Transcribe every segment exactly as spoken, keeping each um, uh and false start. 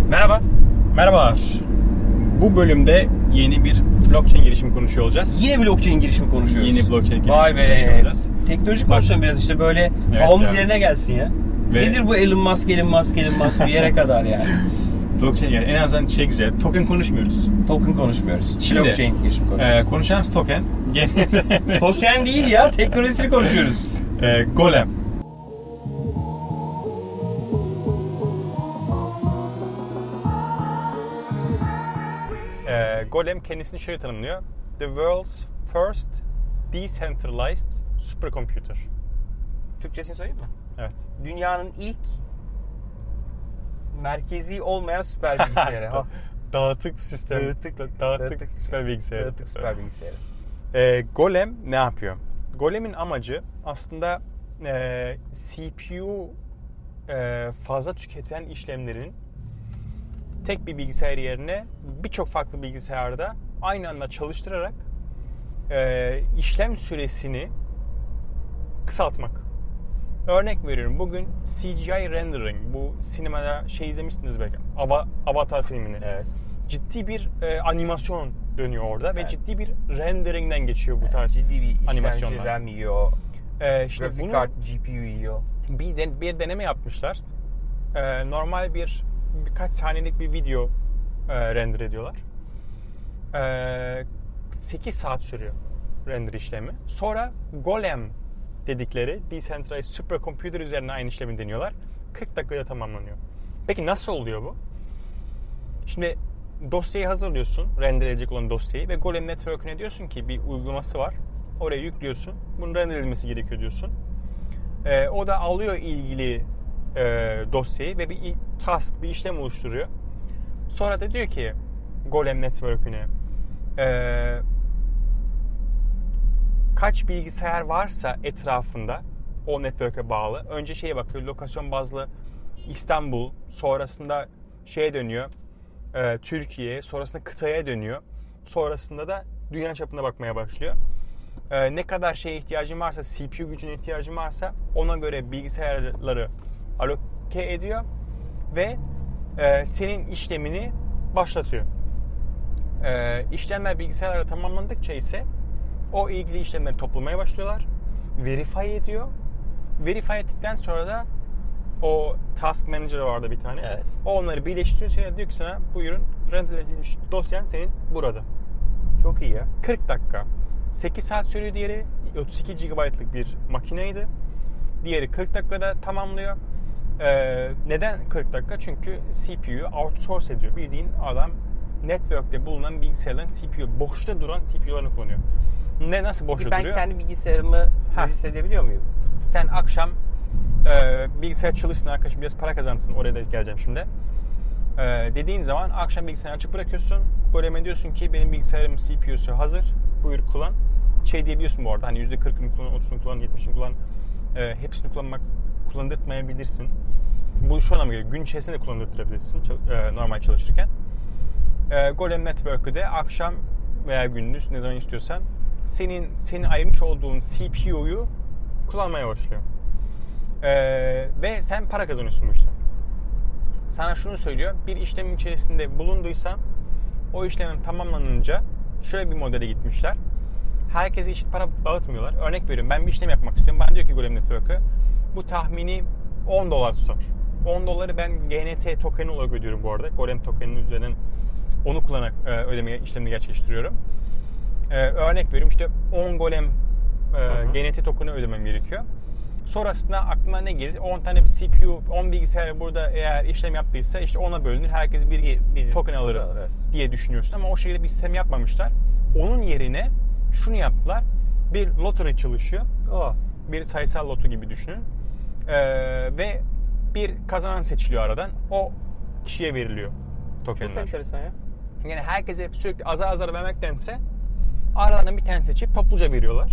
Merhaba. Merhabalar. Bu bölümde yeni bir blockchain girişimi konuşuyor olacağız. Yine blockchain girişimi konuşuyoruz. Yeni blockchain girişimi Vay be. konuşuyor olacağız. Teknoloji konuşalım biraz işte böyle Evet, havamız yani. yerine gelsin ya. Ve- Nedir bu Elon Musk, Elon Musk, Elon Musk bir yere kadar yani. Blockchain yani en azından şey güzel. Token konuşmuyoruz. Token konuşmuyoruz. Şimdi, blockchain girişimi Ee, konuşuyoruz. konuşacağımız token genelde Token değil ya, teknolojisini konuşuyoruz. e, Golem. E, Golem kendisini şöyle tanımlıyor. The world's first decentralized supercomputer. Türkçesini söyleyeyim mi? Evet. Dünyanın ilk merkezi olmayan süper bilgisayarı. Ha. Dağıtık sistem. Dağıtık, dağıtık, dağıtık, süper bilgisayar. Dağıtık süper bilgisayarı. E, Golem ne yapıyor? Golem'in amacı aslında e, C P U e, fazla tüketen işlemlerin tek bir bilgisayar yerine birçok farklı bilgisayarda aynı anda çalıştırarak e, işlem süresini kısaltmak. Örnek veriyorum. Bugün C G I rendering, bu sinemada şey izlemişsiniz belki, Ava- Avatar filmini. Evet. Ciddi bir e, animasyon dönüyor orada Evet. ve ciddi bir renderingden geçiyor bu Yani tarz ciddi bir işlemci animasyonlar. RAM yiyor. E, işte Grafik bunu kart G P U yiyor. bir, de, bir deneme yapmışlar. E, normal bir birkaç saniyelik bir video e, render ediyorlar. E, sekiz saat sürüyor render işlemi. Sonra Golem dedikleri decentralized supercomputer üzerine aynı işlemi deniyorlar. kırk dakikada tamamlanıyor. Peki nasıl oluyor bu? Şimdi dosyayı hazırlıyorsun, render edilecek olan dosyayı ve Golem Network'üne diyorsun ki bir uygulaması var. Oraya yüklüyorsun. Bunun render edilmesi gerekiyor diyorsun. Ee, o da alıyor ilgili e, dosyayı ve bir task, bir işlem oluşturuyor. Sonra da diyor ki Golem Network'üne e, kaç bilgisayar varsa etrafında o network'e bağlı. Önce şeye bakıyor, lokasyon bazlı İstanbul, sonrasında şeye dönüyor, e, Türkiye, sonrasında kıtaya dönüyor. Sonrasında da dünya çapına bakmaya başlıyor. E, ne kadar şeye ihtiyacın varsa, C P U gücüne ihtiyacın varsa ona göre bilgisayarları aloke ediyor ve e, senin işlemini başlatıyor. E, işlemler bilgisayarlara tamamlandıkça ise o ilgili işlemleri toplamaya başlıyorlar. Verify ediyor. Verify ettikten sonra da o task manager vardı bir tane. Evet. O onları birleştiriyor. Sonra diyor ki sana buyurun render edilmiş dosyan senin burada. Çok iyi ya. kırk dakika. sekiz saat sürüyor diğeri. otuz iki gigabaytlık bir makineydi. Diğeri kırk dakikada tamamlıyor. Ee, neden kırk dakika? Çünkü C P U'yu outsource ediyor. Bildiğin adam network'te bulunan bilgisayarların C P U, boşta duran C P U'larını kullanıyor. Ne nasıl boşta Ben duruyor? kendi bilgisayarımı Ha. hissedebiliyor muyum? Sen akşam e, bilgisayar çalışsın arkadaşım, biraz para kazansın, oraya da geleceğim şimdi. E, dediğin zaman akşam bilgisayarı açık bırakıyorsun. Golem'e diyorsun ki benim bilgisayarım C P U'su hazır, buyur kullan. Şey diyebiliyorsun bu arada, hani yüzde kırkını kullan, otuzunu kullan, yetmişini kullan, e, hepsini kullanmak kullandırtmayabilirsin. Bu şu anlama geliyor, gün içerisinde de kullandırtırabilirsin e, normal çalışırken. E, Golem Network'ü de akşam veya gündüz ne zaman istiyorsan senin senin ayırmış olduğun C P U'yu kullanmaya başlıyor. Ee, ve sen para kazanıyorsun bu işten. Sana şunu söylüyor. Bir işlemin içerisinde bulunduysan o işlemin tamamlanınca şöyle bir modele gitmişler. Herkese eşit para dağıtmıyorlar. Örnek veriyorum, ben bir işlem yapmak istiyorum. Bana diyor ki Golem Network'ü bu tahmini on dolar tutar. on doları ben G N T tokeni olarak ödüyorum bu arada. Golem tokeninin üzerinden onu kullanarak e, ödeme işlemini gerçekleştiriyorum. Ee, örnek veriyorum, işte on golem e, G N T tokeni ödemem gerekiyor. Sonrasında aklıma ne gelir? on tane C P U, on bilgisayar burada eğer işlem yaptıysa işte ona bölünür. Herkes bir, bir token alır evet. diye diye düşünüyorsun ama o şekilde bir sistem yapmamışlar. Onun yerine şunu yaptılar. Bir lottery çalışıyor. Oh. Bir sayısal loto gibi düşünün. Ee, ve bir kazanan seçiliyor aradan. O kişiye veriliyor tokenler. Çok enteresan ya. Yani herkese sürekli azar azar vermektense aralarından bir tane seçip topluca veriyorlar.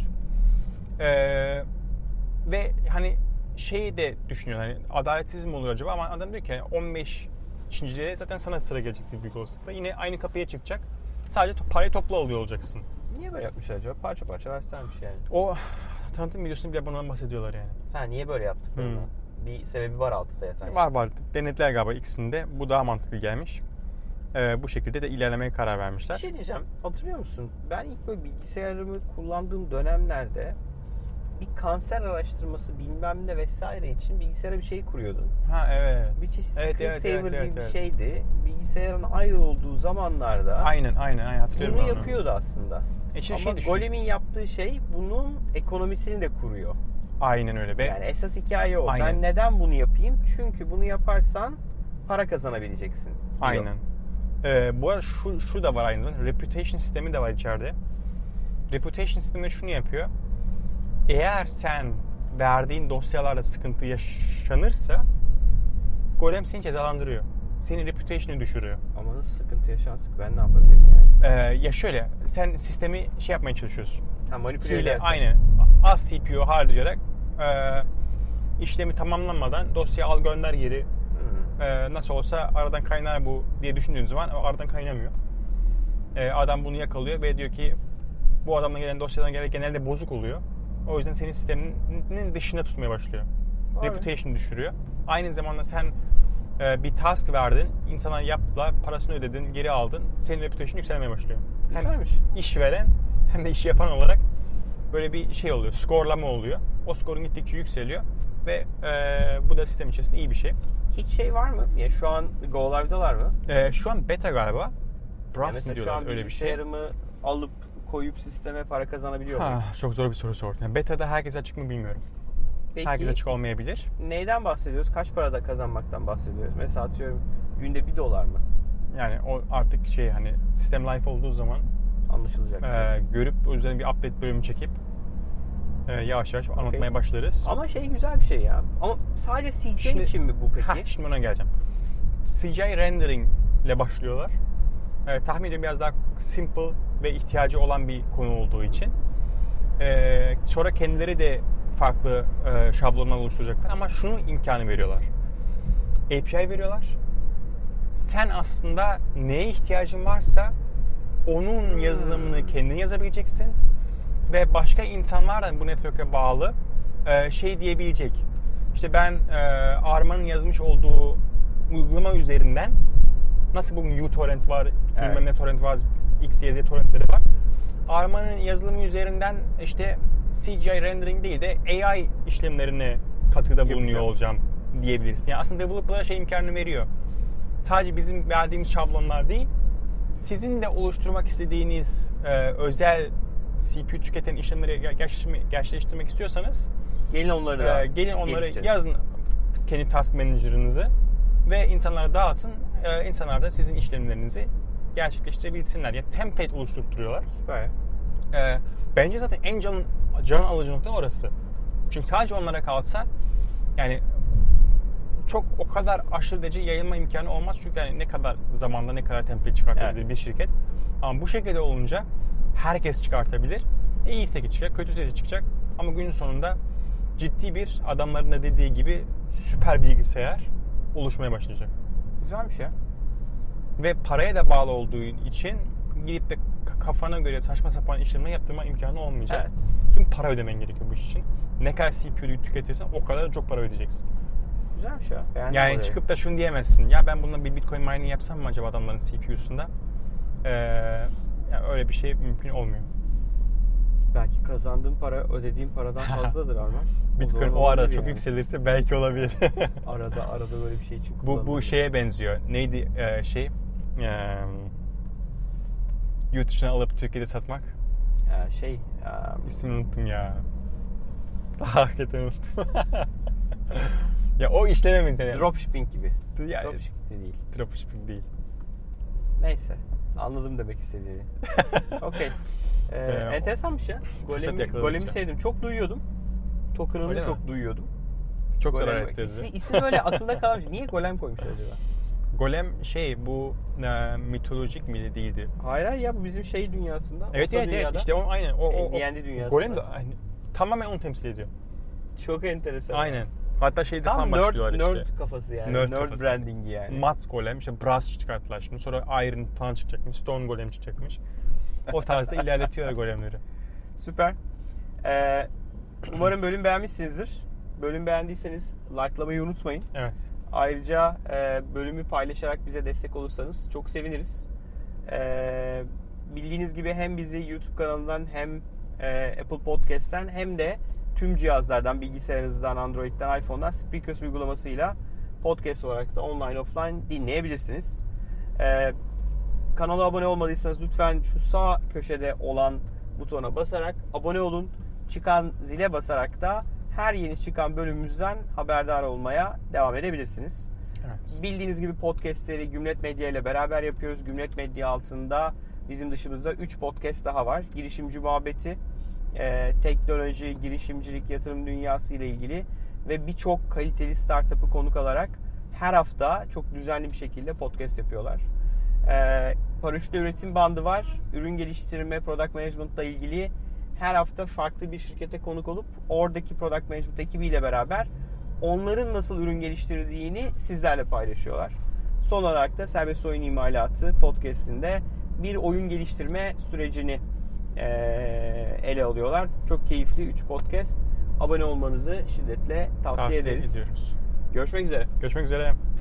Ee, ve hani şeyi de düşünüyor, hani adaletsiz mi olur acaba, ama adam diyor ki on beş ikinciliğe zaten sana sıra gelecektir büyük olasılıkla. Yine aynı kapıya çıkacak. Sadece to- parayı toplu alıyor olacaksın. Niye böyle yapmışlar acaba? Parça parça versenmiş yani. O tanıtım videosunda bile bundan bahsediyorlar yani. Ha, niye böyle yaptıklarını? Hmm. Bir sebebi var altında yatan. Var var. Denediler galiba ikisinde. Bu daha mantıklı gelmiş. Ee, bu şekilde de ilerlemeye karar vermişler. Bir şey diyeceğim. Hatırlıyor musun? Ben ilk böyle bilgisayarımı kullandığım dönemlerde bir kanser araştırması bilmem ne vesaire için bilgisayara bir şey kuruyordun. Ha evet. Bir çeşit Evet, screensaver evet, evet, gibi evet, bir evet. şeydi. Bilgisayarın ayrı olduğu zamanlarda Aynen aynen aynen hatırlıyorum. bunu ben onu. yapıyordu aslında. E şimdi Ama şey düşün. Golem'in yaptığı şey bunun ekonomisini de kuruyor. Aynen öyle. Ve Yani esas hikaye o. Aynen. Ben neden bunu yapayım? Çünkü bunu yaparsan para kazanabileceksin. diyor. aynen. Ee, bu arada şu, şu da var aynı zamanda. Reputation sistemi de var içeride. Reputation sistemi şunu yapıyor. Eğer sen verdiğin dosyalarla sıkıntı yaşanırsa Golem seni cezalandırıyor. Senin reputation'ı düşürüyor. Ama nasıl sıkıntı yaşansın? Ben ne yapabilirim yani? Ee, ya şöyle, sen sistemi şey yapmaya çalışıyorsun. Ha, manipüle Hile, edersen. aynen. Az C P U harcayarak e, işlemi tamamlanmadan dosya al gönder geri. Hmm. E, nasıl olsa aradan kaynar bu diye düşündüğün zaman o aradan kaynamıyor. E, adam bunu yakalıyor ve diyor ki bu adamdan gelen dosyadan genelde bozuk oluyor. O yüzden senin sisteminin dışında tutmaya başlıyor. Abi. Reputation düşürüyor. Aynı zamanda sen e, bir task verdin, insana yaptılar, parasını ödedin, geri aldın. Senin reputation yükselmeye başlıyor. Güzelmiş. Hem işveren hem de işi yapan olarak böyle bir şey oluyor, skorlama oluyor. O skorun gittikçe yükseliyor ve e, bu da sistem içerisinde iyi bir şey. Hiç şey var mı? Yani şu an Go Live'dalar mı? E, şu an beta galiba. Yani Browse mesela şu diyorlar an öyle bir şey. bilgisayarımı alıp koyup sisteme para kazanabiliyor muyum? Ha, çok zor bir soru sordun. Yani beta'da herkese açık mı bilmiyorum. Peki Herkese açık olmayabilir. neyden bahsediyoruz? Kaç parada kazanmaktan bahsediyoruz? Mesela atıyorum günde bir dolar mı? Yani o artık şey hani sistem live olduğu zaman Anlaşılacak bir şey. e, görüp o yüzden bir update bölümü çekip e, yavaş yavaş okay. anlatmaya başlarız. Ama şey güzel bir şey ya. Ama sadece C G I Şimdi- için mi bu peki? Heh, şimdi ona geleceğim. C G I rendering ile başlıyorlar. Ee, tahmin ediyorum biraz daha simple ve ihtiyacı olan bir konu olduğu için. Ee, sonra kendileri de farklı e, şablonlar oluşturacaklar ama şunun imkanı veriyorlar. A P I veriyorlar. Sen aslında neye ihtiyacın varsa onun yazılımını kendin yazabileceksin ve başka insanlar da bu network'e bağlı e, şey diyebilecek. İşte ben e, Arman'ın yazmış olduğu uygulama üzerinden nasıl bugün uTorrent var, Evet. bilmem ne torrent var, X, Y, Z torrentleri var. Arman'ın yazılımı üzerinden işte C G I rendering değil de A I işlemlerine katkıda bulunuyor Yapacağım. olacağım diyebilirsin. Yani aslında developer'lara şey imkanını veriyor. Sadece bizim verdiğimiz şablonlar değil, sizin de oluşturmak istediğiniz e, özel C P U tüketen işlemleri gerçekleştirmek, gerçekleştirmek istiyorsanız Gelin onları da e, gelin onları geliştirin. yazın kendi task manager'ınızı ve insanlara dağıtın. E, insanlar da sizin işlemlerinizi gerçekleştirebilsinler. Yani template oluşturtuyorlar. Süper. E, bence zaten en can, can alıcı nokta orası. Çünkü sadece onlara kalsa yani çok o kadar aşırı derece yayılma imkanı olmaz. Çünkü yani ne kadar zamanda ne kadar template çıkartabilir Evet. bir şirket. Ama bu şekilde olunca herkes çıkartabilir. İyisi de çıkacak, kötüsü de çıkacak. Ama günün sonunda ciddi bir adamların da dediği gibi süper bilgisayar oluşmaya başlayacak. Güzelmiş ya. Ve paraya da bağlı olduğu için gidip de kafana göre saçma sapan işlemler yaptırma imkanı olmayacak. Evet. Çünkü para ödemen gerekiyor bu iş için. Ne kadar C P U'yu tüketirsen o kadar çok para ödeyeceksin. Güzelmiş ya. Beğendim Yani orayı. çıkıp da şunu diyemezsin. Ya ben bununla bir Bitcoin mining yapsam mı acaba adamların C P U'sunda? Ee, yani öyle bir şey mümkün olmuyor. Belki kazandığım para ödediğim paradan fazladır Arman. Bitcoin zaman o arada olabilir çok yani. yükselirse belki olabilir. Arada arada böyle bir şey için bu kullanılıyor. bu şeye benziyor. Neydi ee, şey? Ee, yurt dışına alıp Türkiye'de satmak. Ee, şey um, İsmini unuttum ya. Hakikaten unuttum. Ya o işleme mi? Yani, dropshipping gibi. Ya, Dropshipping de değil. dropshipping değil. Neyse. Anladım demek istediğini. Okey. Ee, Ee, enteresanmış ya. fırsat Golem'i, yakaladıkça. Golem'i sevdim. Çok duyuyordum. Token'ını Öyle mi? çok duyuyordum. Çok Golem, zarar ettirdi. ismi, ismi böyle akılda kalmış. Niye Golem koymuşlar acaba? Golem şey bu e, mitolojik mi değildi? Hayır hayır ya bu bizim şey dünyasında. Evet orta evet evet dünyada. işte o aynen o o, o D and D dünyasında. Golem de hani, tamamen onu temsil ediyor. Çok enteresan. Aynen. Hatta şeyde Tam falan nerd, başlıyorlar nerd işte. kafası yani. Nerd Nerd, kafası. brandingi yani. Mat Golem, işte Brass çıkarttılar şimdi. Sonra Iron falan çıkacakmış. Stone Golem çıkacakmış. O tarzda ilerletiyorlar golemleri. Süper. Ee, umarım bölüm beğenmişsinizdir. Bölüm beğendiyseniz likelamayı unutmayın. Evet. Ayrıca e, bölümü paylaşarak bize destek olursanız çok seviniriz. E, bildiğiniz gibi hem bizi YouTube kanalından hem e, Apple Podcast'ten hem de tüm cihazlardan, bilgisayarınızdan, Android'den, iPhone'dan Spreaker uygulamasıyla podcast olarak da online offline dinleyebilirsiniz. E, kanala abone olmadıysanız lütfen şu sağ köşede olan butona basarak abone olun. Çıkan zile basarak da her yeni çıkan bölümümüzden haberdar olmaya devam edebilirsiniz. Evet. Bildiğiniz gibi podcastleri Gümlet Medya ile beraber yapıyoruz. Gümlet Medya altında bizim dışımızda üç podcast daha var. Girişimci muhabbeti, e, teknoloji, girişimcilik, yatırım dünyası ile ilgili ve birçok kaliteli startup'ı konuk alarak her hafta çok düzenli bir şekilde podcast yapıyorlar. E, paraşütle üretim bandı var. Ürün geliştirme, product management ile ilgili her hafta farklı bir şirkete konuk olup oradaki product management ekibiyle beraber onların nasıl ürün geliştirdiğini sizlerle paylaşıyorlar. Son olarak da Serbest Oyun İmalatı podcast'inde bir oyun geliştirme sürecini ele alıyorlar. Çok keyifli üç podcast. Abone olmanızı şiddetle tavsiye, Tavsiye ederiz. ediyoruz. Görüşmek üzere. Görüşmek üzere.